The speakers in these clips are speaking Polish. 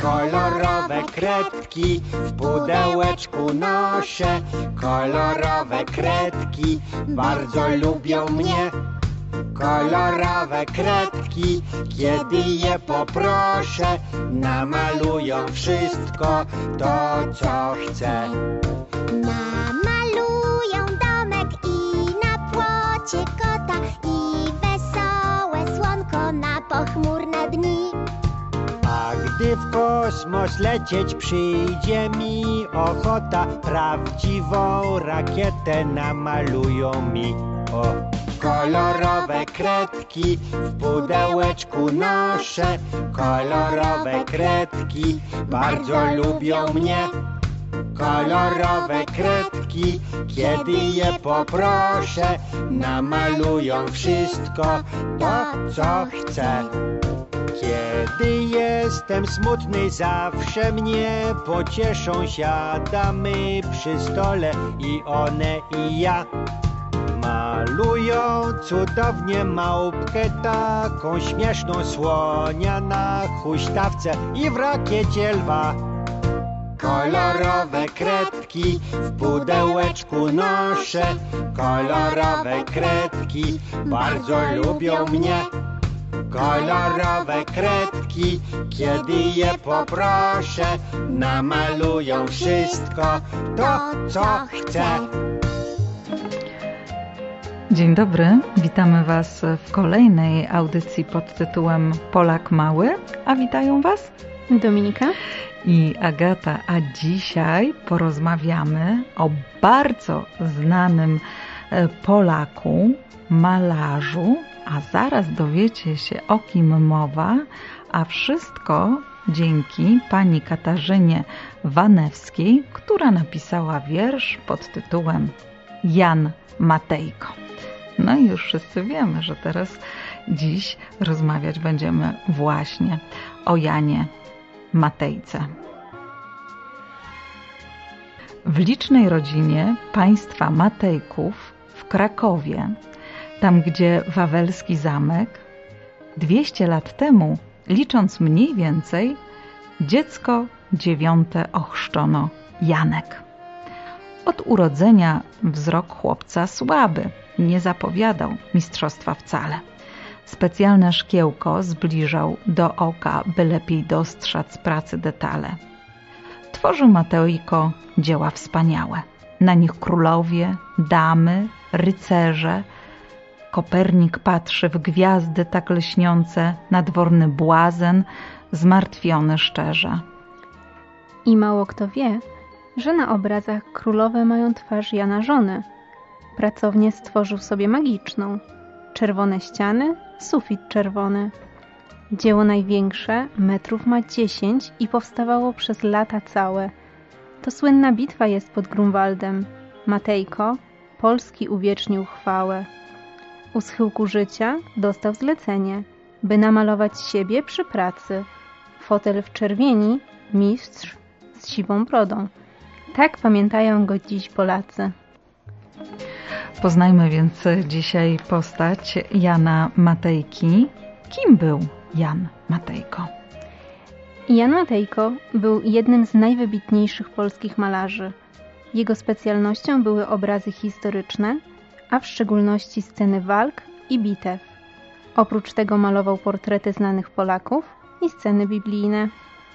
Kolorowe kredki w pudełeczku noszę. Kolorowe kredki bardzo lubią mnie. Kolorowe kredki, kiedy je poproszę, namalują wszystko to, co chcę. Namalują domek i na płocie kota i wesołe słonko na pochmurne dni. A gdy w kosmos lecieć przyjdzie mi ochota, prawdziwą rakietę namalują mi. O! Kolorowe kredki w pudełeczku noszę. Kolorowe kredki bardzo lubią mnie. Kolorowe kredki, kiedy je poproszę, namalują wszystko to, co chcę. Kiedy jestem smutny, zawsze mnie pocieszą. Siadamy przy stole i one i ja. Malują cudownie małpkę taką śmieszną, słonia na huśtawce i w rakiecie lwa. Kolorowe kredki w pudełeczku noszę. Kolorowe kredki bardzo lubią mnie. Kolorowe kredki, kiedy je poproszę, namalują wszystko to, co chcę. Dzień dobry, witamy Was w kolejnej audycji pod tytułem Polak Mały, a witają Was Dominika i Agata, a dzisiaj porozmawiamy o bardzo znanym Polaku, malarzu, a zaraz dowiecie się, o kim mowa, a wszystko dzięki pani Katarzynie Wanewskiej, która napisała wiersz pod tytułem Jan Matejko. No i już wszyscy wiemy, że teraz dziś rozmawiać będziemy właśnie o Janie Matejce. W licznej rodzinie państwa Matejków w Krakowie, tam gdzie Wawelski Zamek, 200 lat temu, licząc mniej więcej, dziecko 9 ochrzczono Janek. Od urodzenia wzrok chłopca słaby, nie zapowiadał mistrzostwa wcale. Specjalne szkiełko zbliżał do oka, by lepiej dostrzec pracy detale. Tworzył Matejko dzieła wspaniałe. Na nich królowie, damy, rycerze. Kopernik patrzy w gwiazdy tak lśniące, nadworny błazen, zmartwiony szczerze. I mało kto wie, że na obrazach królowe mają twarz Jana żony. Pracownię stworzył sobie magiczną. Czerwone ściany, sufit czerwony. Dzieło największe, metrów ma 10 i powstawało przez lata całe. To słynna bitwa jest pod Grunwaldem. Matejko Polski uwiecznił chwałę. U schyłku życia dostał zlecenie, by namalować siebie przy pracy. Fotel w czerwieni, mistrz z siwą brodą. Tak pamiętają go dziś Polacy. Poznajmy więc dzisiaj postać Jana Matejki. Kim był Jan Matejko? Jan Matejko był jednym z najwybitniejszych polskich malarzy. Jego specjalnością były obrazy historyczne, a w szczególności sceny walk i bitew. Oprócz tego malował portrety znanych Polaków i sceny biblijne.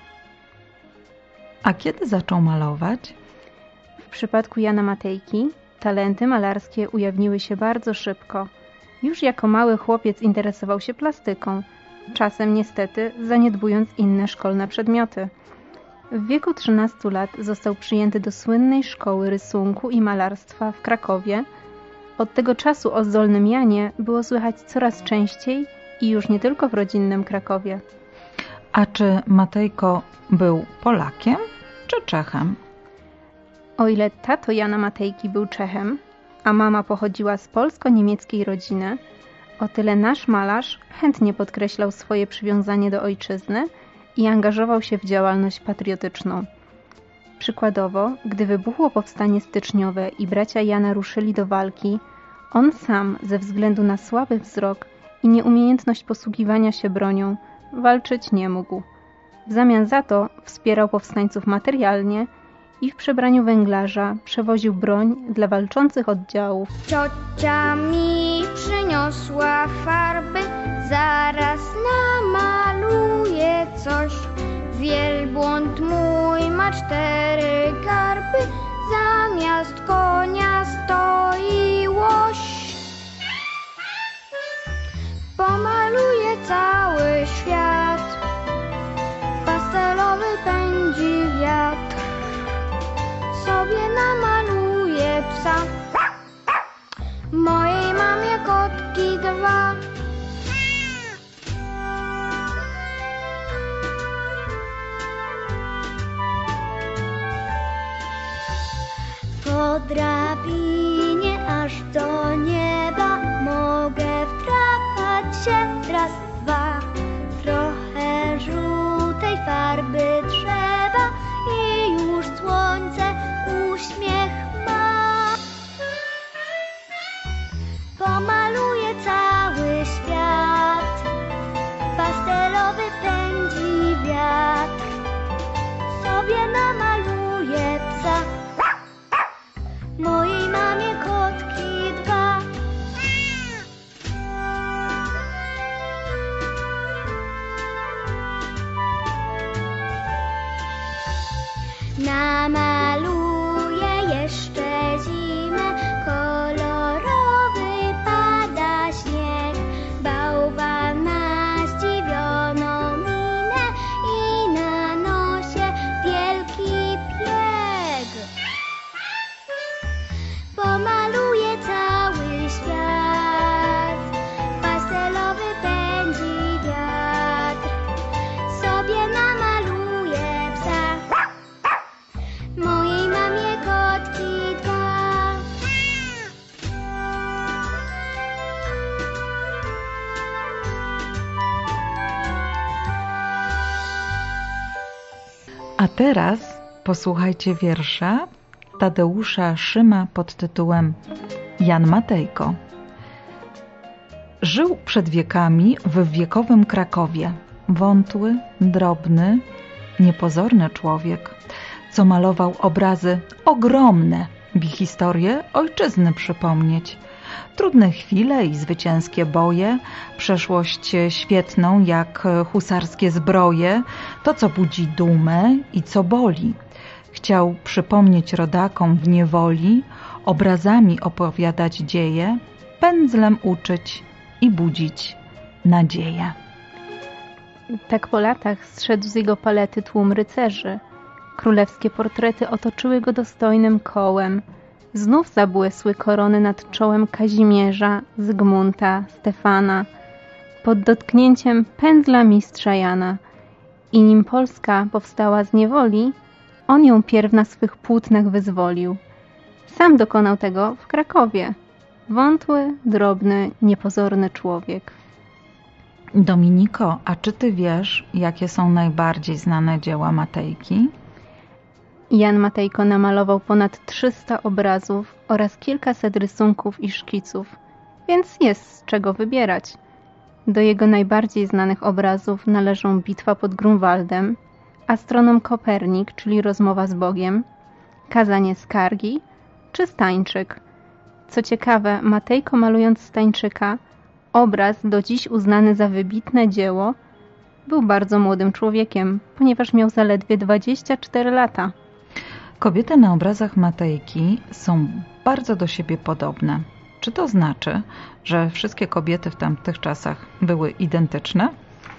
A kiedy zaczął malować? W przypadku Jana Matejki talenty malarskie ujawniły się bardzo szybko. Już jako mały chłopiec interesował się plastyką, czasem niestety zaniedbując inne szkolne przedmioty. W wieku 13 lat został przyjęty do słynnej szkoły rysunku i malarstwa w Krakowie. Od tego czasu o zdolnym Janie było słychać coraz częściej i już nie tylko w rodzinnym Krakowie. A czy Matejko był Polakiem czy Czechem? O ile tato Jana Matejki był Czechem, a mama pochodziła z polsko-niemieckiej rodziny, o tyle nasz malarz chętnie podkreślał swoje przywiązanie do ojczyzny i angażował się w działalność patriotyczną. Przykładowo, gdy wybuchło powstanie styczniowe i bracia Jana ruszyli do walki, on sam ze względu na słaby wzrok i nieumiejętność posługiwania się bronią walczyć nie mógł. W zamian za to wspierał powstańców materialnie i w przebraniu węglarza przewoził broń dla walczących oddziałów. Ciocia mi przyniosła farby, zaraz namaluję coś. Wielbłąd mój ma 4 garby, zamiast konia stoi łoś. Pomaluję cały świat, pastelowy pędzi wiatr. Sobie namaluję psa, mojej mamie kotki 2. Po drabinie aż do nieba mogę wdrapać się raz, 2. Trochę żółtej farby trzeba i już słońce uśmiech ma. Pomaluję cały świat, pastelowy pędzi wiatr. Sobie namaluję psa, mojej mamie kotki 2. Namaluję jeszcze zimę, kolorowy pada śnieg. Bałwan ma zdziwioną minę i na nosie wielki pieg. Pomaluję cały świat, pastelowy pędzi wiatr. Sobie namaluję psa, mojej mamie kotki 2. A teraz posłuchajcie wiersza Tadeusza Szyma pod tytułem Jan Matejko. Żył przed wiekami w wiekowym Krakowie. Wątły, drobny, niepozorny człowiek, co malował obrazy ogromne, by historię ojczyzny przypomnieć. Trudne chwile i zwycięskie boje, przeszłość świetną jak husarskie zbroje, to co budzi dumę i co boli. Chciał przypomnieć rodakom w niewoli, obrazami opowiadać dzieje, pędzlem uczyć i budzić nadzieję. Tak po latach zszedł z jego palety tłum rycerzy. Królewskie portrety otoczyły go dostojnym kołem. Znów zabłysły korony nad czołem Kazimierza, Zygmunta, Stefana, pod dotknięciem pędzla mistrza Jana. I nim Polska powstała z niewoli, on ją pierw na swych płótnach wyzwolił. Sam dokonał tego w Krakowie. Wątły, drobny, niepozorny człowiek. Dominiko, a czy ty wiesz, jakie są najbardziej znane dzieła Matejki? Jan Matejko namalował ponad 300 obrazów oraz kilkaset rysunków i szkiców, więc jest z czego wybierać. Do jego najbardziej znanych obrazów należą Bitwa pod Grunwaldem, Astronom Kopernik, czyli Rozmowa z Bogiem, Kazanie skargi czy Stańczyk. Co ciekawe, Matejko, malując Stańczyka, obraz do dziś uznany za wybitne dzieło, był bardzo młodym człowiekiem, ponieważ miał zaledwie 24 lata. Kobiety na obrazach Matejki są bardzo do siebie podobne. Czy to znaczy, że wszystkie kobiety w tamtych czasach były identyczne?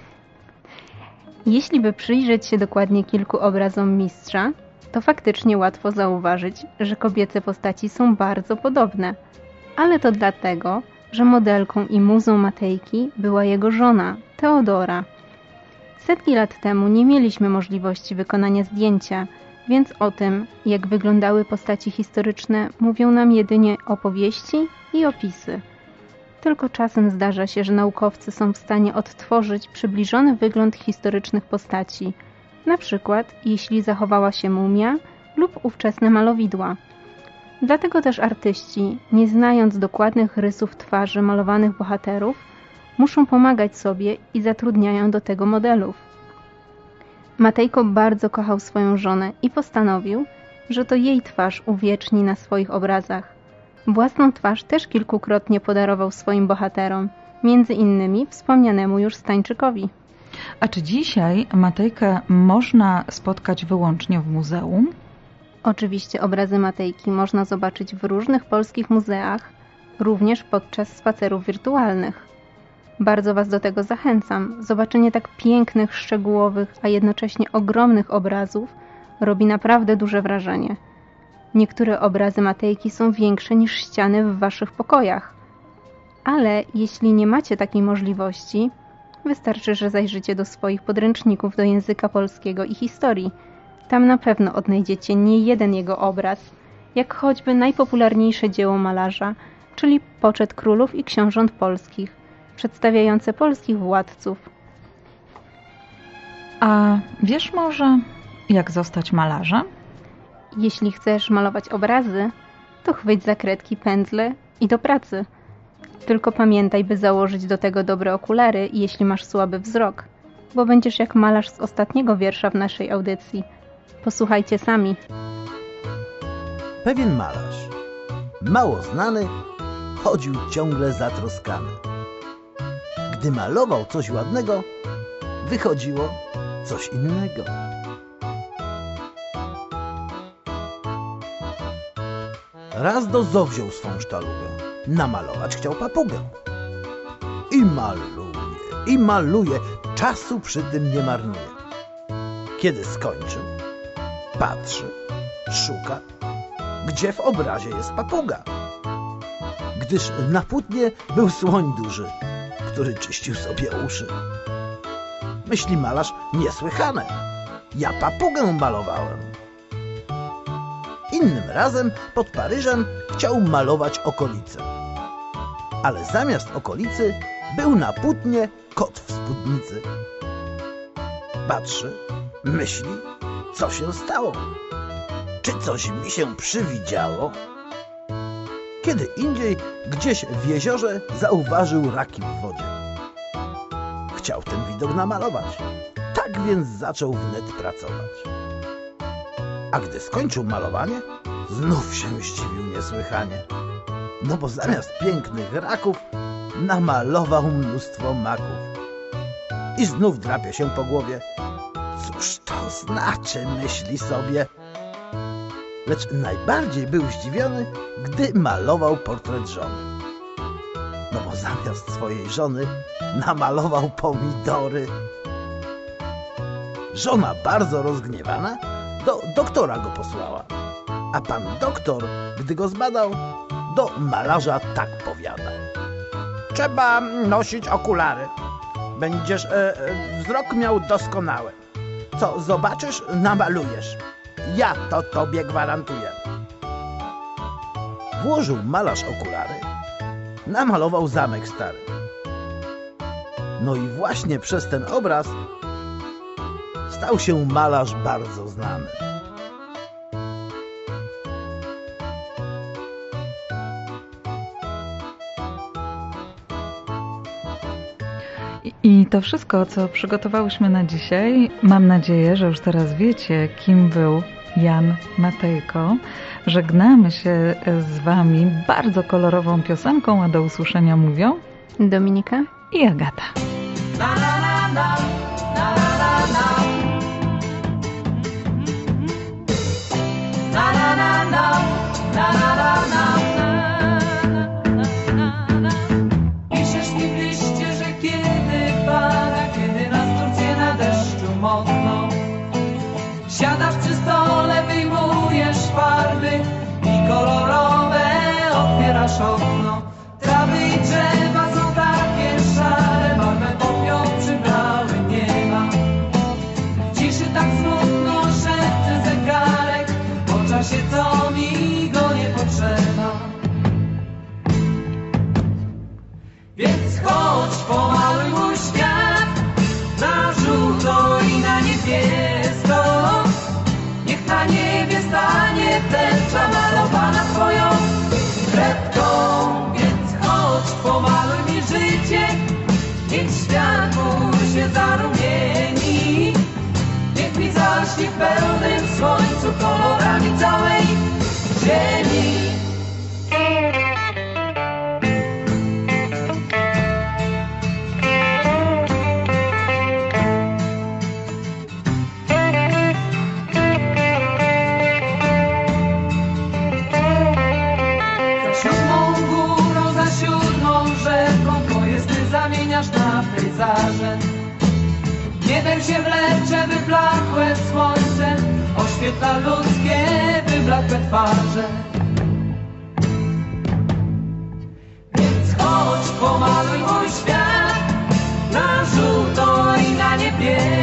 Jeśli by przyjrzeć się dokładnie kilku obrazom mistrza, to faktycznie łatwo zauważyć, że kobiece postaci są bardzo podobne. Ale to dlatego, że modelką i muzą Matejki była jego żona, Teodora. Setki lat temu nie mieliśmy możliwości wykonania zdjęcia, więc o tym, jak wyglądały postaci historyczne, mówią nam jedynie opowieści i opisy. Tylko czasem zdarza się, że naukowcy są w stanie odtworzyć przybliżony wygląd historycznych postaci, na przykład jeśli zachowała się mumia lub ówczesne malowidła. Dlatego też artyści, nie znając dokładnych rysów twarzy malowanych bohaterów, muszą pomagać sobie i zatrudniają do tego modelów. Matejko bardzo kochał swoją żonę i postanowił, że to jej twarz uwieczni na swoich obrazach. Własną twarz też kilkukrotnie podarował swoim bohaterom, między innymi wspomnianemu już Stańczykowi. A czy dzisiaj Matejkę można spotkać wyłącznie w muzeum? Oczywiście obrazy Matejki można zobaczyć w różnych polskich muzeach, również podczas spacerów wirtualnych. Bardzo Was do tego zachęcam. Zobaczenie tak pięknych, szczegółowych, a jednocześnie ogromnych obrazów robi naprawdę duże wrażenie. Niektóre obrazy Matejki są większe niż ściany w Waszych pokojach. Ale jeśli nie macie takiej możliwości, wystarczy, że zajrzycie do swoich podręczników do języka polskiego i historii. Tam na pewno odnajdziecie niejeden jego obraz, jak choćby najpopularniejsze dzieło malarza, czyli Poczet królów i książąt polskich, przedstawiające polskich władców. A wiesz może, jak zostać malarzem? Jeśli chcesz malować obrazy, to chwyć za kredki, pędzle i do pracy. Tylko pamiętaj, by założyć do tego dobre okulary, jeśli masz słaby wzrok, bo będziesz jak malarz z ostatniego wiersza w naszej audycji. Posłuchajcie sami. Pewien malarz, mało znany, chodził ciągle zatroskany. Gdy malował coś ładnego, wychodziło coś innego. Raz do zoo wziął swą sztalugę. Namalować chciał papugę. I maluje, czasu przy tym nie marnuje. Kiedy skończył, patrzy, szuka, gdzie w obrazie jest papuga. Gdyż na płótnie był słoń duży, który czyścił sobie uszy. Myśli malarz niesłychane. Ja papugę malowałem. Innym razem pod Paryżem chciał malować okolice. Ale zamiast okolicy był na płótnie kot w spódnicy. Patrzy, myśli, co się stało. Czy coś mi się przywidziało? Kiedy indziej, gdzieś w jeziorze zauważył raki w wodzie. Chciał ten widok namalować. Tak więc zaczął wnet pracować. A gdy skończył malowanie, znów się zdziwił niesłychanie. No bo zamiast pięknych raków namalował mnóstwo maków. I znów drapie się po głowie. Cóż to znaczy, myśli sobie. Lecz najbardziej był zdziwiony, gdy malował portret żony. No bo zamiast swojej żony namalował pomidory. Żona bardzo rozgniewana do doktora go posłała. A pan doktor, gdy go zbadał, do malarza tak powiada. Trzeba nosić okulary. Będziesz wzrok miał doskonały. Co zobaczysz, namalujesz. Ja to tobie gwarantuję. Włożył malarz okulary, namalował zamek stary. No i właśnie przez ten obraz stał się malarz bardzo znany. I to wszystko, co przygotowałyśmy na dzisiaj. Mam nadzieję, że już teraz wiecie, kim był Jan Matejko. Żegnamy się z Wami bardzo kolorową piosenką, a do usłyszenia mówią Dominika i Agata. Piszesz mi w liście, że kiedy pada, kiedy nas Turcję na deszczu mokną, siadasz przy stole, wyjmujesz farby i kolorowe otwierasz okno. Trawy i drzewa są takie szare, barwę popiół przybrały nieba. W ciszy tak smutno szepcze zegarek, po czasie co mi go nie potrzeba. Więc chodź, pomaluj mój świat na żółto i na niebiesko. Niech na niebie stanie tęcza malowana twoją kredką. Więc chodź, pomaluj mi życie, niech świat mój się zarumieni. Niech niebem się wlecze wyblakłe słońce, oświetla ludzkie wyblakłe twarze. Więc chodź, pomaluj mój świat na żółto i na niebiesko.